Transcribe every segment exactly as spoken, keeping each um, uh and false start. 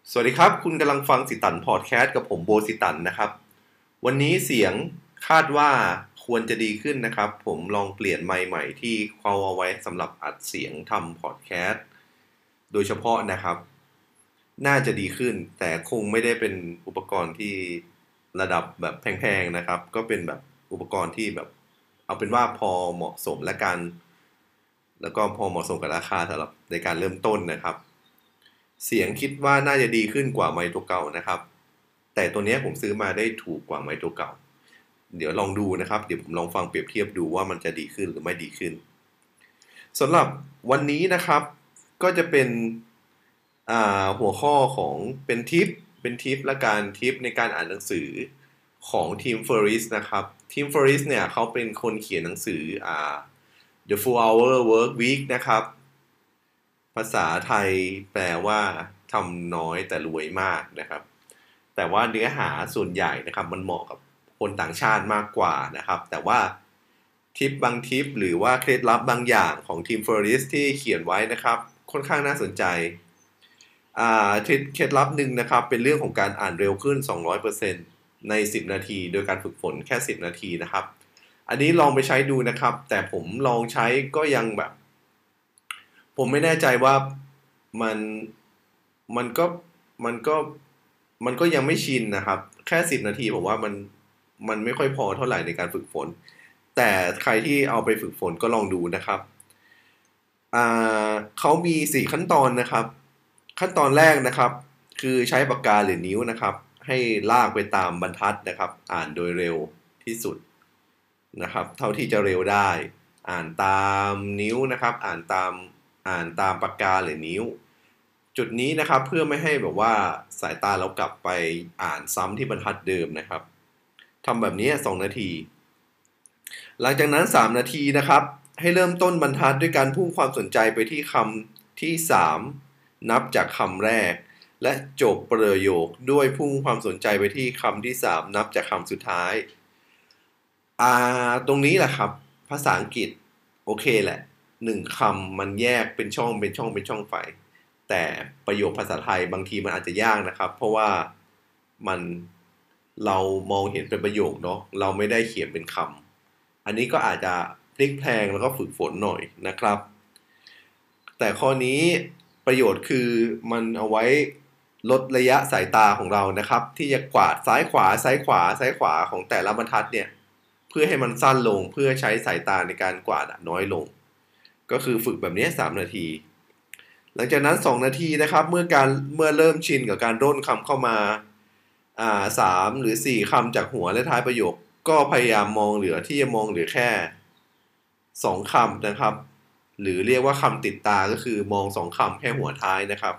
สวัสดีครับคุณกำลังฟังสิตันพอดแคสต์กับผมโบสิตันนะครับวันนี้เสียงคาดว่าควรจะดีขึ้นนะครับผมลองเปลี่ยนไมค์ใหม่ที่เขาเอาไว้สำหรับอัดเสียงทำพอดแคสต์โดยเฉพาะนะครับน่าจะดีขึ้นแต่คงไม่ได้เป็นอุปกรณ์ที่ระดับแบบแพงๆนะครับก็เป็นแบบอุปกรณ์ที่แบบเอาเป็นว่าพอเหมาะสมและกันแล้วก็พอเหมาะสมกับราคาสำหรับในการเริ่มต้นนะครับ เสียงคิดว่าน่าจะดีขึ้นกว่าไมค์ตัวเก่านะครับแต่ตัวนี้ผมซื้อมาได้ถูกกว่าไมค์ตัวเก่าเดี๋ยวลองดูนะครับเดี๋ยวผมลองฟังเปรียบเทียบดูว่ามันจะดีขึ้นหรือไม่ดีขึ้นสำหรับวันนี้นะครับก็จะเป็นหัวข้อของเป็นทิปเป็นทิปและการทิปในการอ่านหนังสือของทีมเฟอริสนะครับทีมเฟอริสเนี่ยเขาเป็นคนเขียนหนังสืออ่า The Four Hour Work Week นะครับภาษาไทยแปลว่าทำน้อยแต่รวยมากนะครับแต่ว่าเนื้อหาส่วนใหญ่นะครับมันเหมาะกับคนต่างชาติมากกว่านะครับแต่ว่าทิปบางทิปหรือว่าเคล็ดลับบางอย่างของทีมเฟอริสที่เขียนไว้นะครับค่อนข้างน่าสนใจอ่าเคล็ดลับหนึ่งนะครับเป็นเรื่องของการอ่านเร็วขึ้น สองร้อยเปอร์เซ็นต์ ในสิบนาทีโดยการฝึกฝนแค่สิบนาทีนะครับอันนี้ลองไปใช้ดูนะครับแต่ผมลองใช้ก็ยังแบบผมไม่แน่ใจว่ามันมันก็มันก็มันก็ยังไม่ชินนะครับแค่สิบนาทีผมว่ามันมันไม่ค่อยพอเท่าไหร่ในการฝึกฝนแต่ใครที่เอาไปฝึกฝนก็ลองดูนะครับอ่าเขามีสี่ขั้นตอนนะครับขั้นตอนแรกนะครับคือใช้ปากกาหรือนิ้วนะครับให้ลากไปตามบรรทัดนะครับอ่านโดยเร็วที่สุดนะครับเท่าที่จะเร็วได้อ่านตามนิ้วนะครับอ่านตามอ่านตามปากกาหรือนิ้วจุดนี้นะครับเพื่อไม่ให้แบบว่าสายตาเรากลับไปอ่านซ้ำที่บรรทัดเดิมนะครับทำแบบนี้สองนาทีหลังจากนั้นสามนาทีนะครับให้เริ่มต้นบรรทัดด้วยการพุ่งความสนใจไปที่คำที่สามนับจากคำแรกและจบประโยคด้วยพุ่งความสนใจไปที่คำที่สามนับจากคำสุดท้ายอ่าตรงนี้แหละครับภาษาอังกฤษโอเคแหละหนึ่งคำมันแยกเป็นช่องเป็นช่องเป็นช่องไปแต่ประโยคภาษาไทยบางทีมันอาจจะยากนะครับเพราะว่ามันเรามองเห็นเป็นประโยคเนาะเราไม่ได้เขียนเป็นคำอันนี้ก็อาจจะพลิกแพลงแล้วก็ฝึกฝนหน่อยนะครับแต่ข้อนี้ประโยชน์คือมันเอาไว้ลดระยะสายตาของเรานะครับที่จะกวาดซ้ายขวาซ้ายขวาซ้ายขวาของแต่ละบรรทัดเนี่ยเพื่อให้มันสั้นลงเพื่อใช้สายตาในการกวาดน้อยลงก็คือฝึกแบบนี้สามนาทีหลังจากนั้นสองนาทีนะครับเมื่อการเมื่อเริ่มชินกับการร่นคำเข้ามาอ่าสามหรือสี่คำจากหัวและท้ายประโยคก็พยายามมองเหลือที่จะมองเหลือแค่สองคำนะครับหรือเรียกว่าคำติดตาก็คือมองสองคำแค่หัวท้ายนะครับ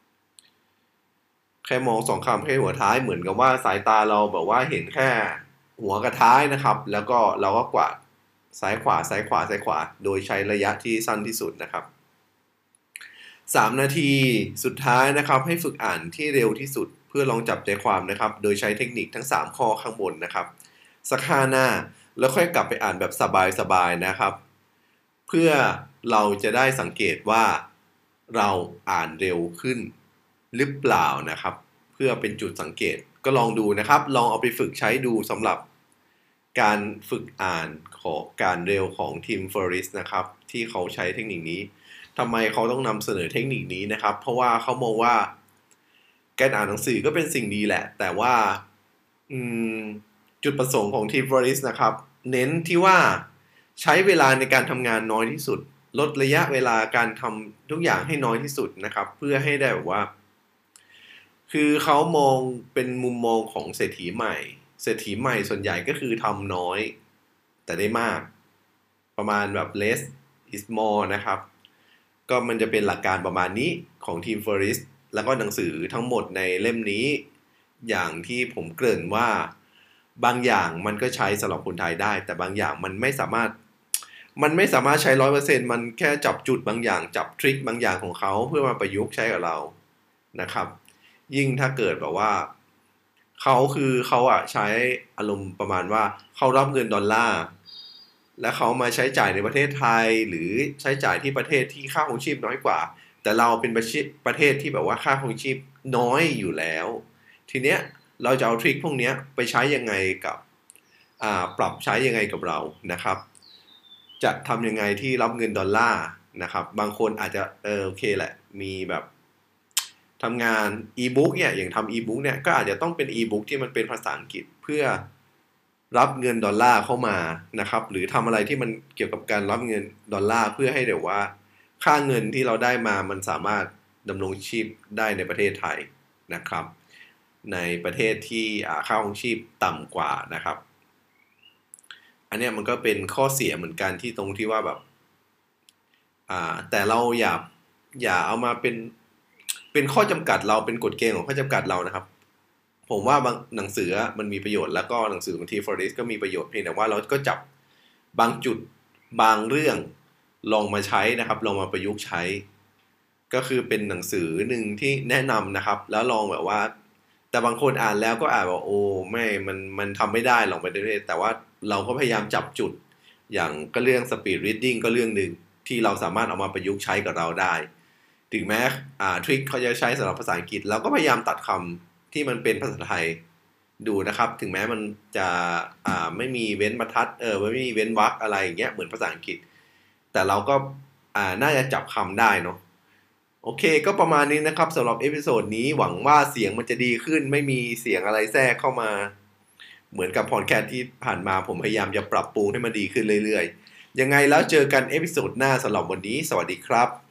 แค่มองสองคำแค่หัวท้ายเหมือนกับว่าสายตาเราแบบว่าเห็นแค่หัวกับท้ายนะครับแล้วก็เราก็กวาดซ้ายขวาซ้ายขวาซ้ายขวาโดยใช้ระยะที่สั้นที่สุดนะครับสามนาทีสุดท้ายนะครับให้ฝึกอ่านที่เร็วที่สุดเพื่อลองจับใจความนะครับโดยใช้เทคนิคทั้งสามข้อข้างบนนะครับสักห้าหน้าแล้วค่อยกลับไปอ่านแบบสบายๆนะครับเพื่อเราจะได้สังเกตว่าเราอ่านเร็วขึ้นหรือเปล่านะครับเพื่อเป็นจุดสังเกตก็ลองดูนะครับลองเอาไปฝึกใช้ดูสำหรับการฝึกอ่านของการเร็วของทีมเฟอริสนะครับที่เขาใช้เทคนิคนี้ทำไมเขาต้องนำเสนอเทคนิคนี้นะครับเพราะว่าเขามองว่าการอ่านหนังสือก็เป็นสิ่งดีแหละแต่ว่าจุดประสงค์ของทีมเฟอริสนะครับเน้นที่ว่าใช้เวลาในการทำงานน้อยที่สุดลดระยะเวลาการทำทุกอย่างให้น้อยที่สุดนะครับเพื่อให้ได้แบบว่าคือเขามองเป็นมุมมองของเศรษฐีใหม่เศรษฐีใหม่ส่วนใหญ่ก็คือทำน้อยแต่ได้มากประมาณแบบ less is more นะครับก็มันจะเป็นหลักการประมาณนี้ของทีมเฟอริสแล้วก็หนังสือทั้งหมดในเล่มนี้อย่างที่ผมเกริ่นว่าบางอย่างมันก็ใช้สำหรับคนไทยได้แต่บางอย่างมันไม่สามารถมันไม่สามารถใช้ ร้อยเปอร์เซ็นต์ มันแค่จับจุดบางอย่างจับทริคบางอย่างของเขาเพื่อมาประยุกต์ใช้กับเรานะครับยิ่งถ้าเกิดแบบว่าเขาคือเขาอะใช้อารมณ์ประมาณว่าเขารับเงินดอลลาร์และเขามาใช้จ่ายในประเทศไทยหรือใช้จ่ายที่ประเทศที่ค่าครองชีพน้อยกว่าแแต่เราเป็นประเทศประเทศที่แบบว่าค่าครองชีพน้อยอยู่แล้ว ทีเนี้ยเราจะเอาทริคพวกเนี้ยไปใช้ยังไงกับอ่าปรับใช้ยังไงกับเรานะครับ จะทำยังไงที่รับเงินดอลลาร์นะครับบางคนอาจจะเออโอเคแหละมีแบบทำงานอีบุ๊กเนี่ยอย่างทำอีบุ๊กเนี่ยก็อาจจะต้องเป็นอีบุ๊กที่มันเป็นภาษาอังกฤษเพื่อรับเงินดอลลาร์เข้ามานะครับหรือทำอะไรที่มันเกี่ยวกับการรับเงินดอลลาร์เพื่อให้เดี๋ยวว่าค่าเงินที่เราได้มามันสามารถดำรงชีพได้ในประเทศไทยนะครับในประเทศที่ค่าครองชีพต่ำกว่านะครับอันนี้มันก็เป็นข้อเสียเหมือนกันที่ตรงที่ว่าแบบอ่าแต่เราอย่าอย่าเอามาเป็นเป็นข้อจำกัดเราเป็นกฎเกณฑ์ของข้อจำกัดเรานะครับผมว่าบางหนังสือมันมีประโยชน์แล้วก็หนังสือบางทีฟอเรสก็มีประโยชน์เพียงแต่ว่าเราก็จับบางจุดบางเรื่องลองมาใช้นะครับลองมาประยุกต์ใช้ก็คือเป็นหนังสือหนึ่งที่แนะนำนะครับแล้วลองแบบว่าแต่บางคนอ่านแล้วก็อ่านว่าโอ้ไม่มันมันทำไม่ได้หรอกไปเรื่อยๆแต่ว่าเราก็พยายามจับจุดอย่างก็เรื่อง speed reading ก็เรื่องหนึ่งที่เราสามารถเอามาประยุกต์ใช้กับเราได้ถึงแม้อ่าทริคเขาจะใช้สำหรับภาษาอังกฤษเราก็พยายามตัดคำที่มันเป็นภาษาไทยดูนะครับถึงแม้มันจะอ่าไม่มีเว้นบรรทัดเออไม่มีเว้นวรรคอะไรอย่างเงี้ยเหมือนภาษาอังกฤษแต่เราก็อ่าน่าจะจับคำได้เนาะโอเคก็ประมาณนี้นะครับสำหรับเอพิโซดนี้หวังว่าเสียงมันจะดีขึ้นไม่มีเสียงอะไรแทรกเข้ามาเหมือนกับพอดแคสต์ที่ผ่านมาผมพยายามจะปรับปรุงให้มันดีขึ้นเรื่อยๆยังไงแล้วเจอกันเอพิโซดหน้าสำหรับวันนี้สวัสดีครับ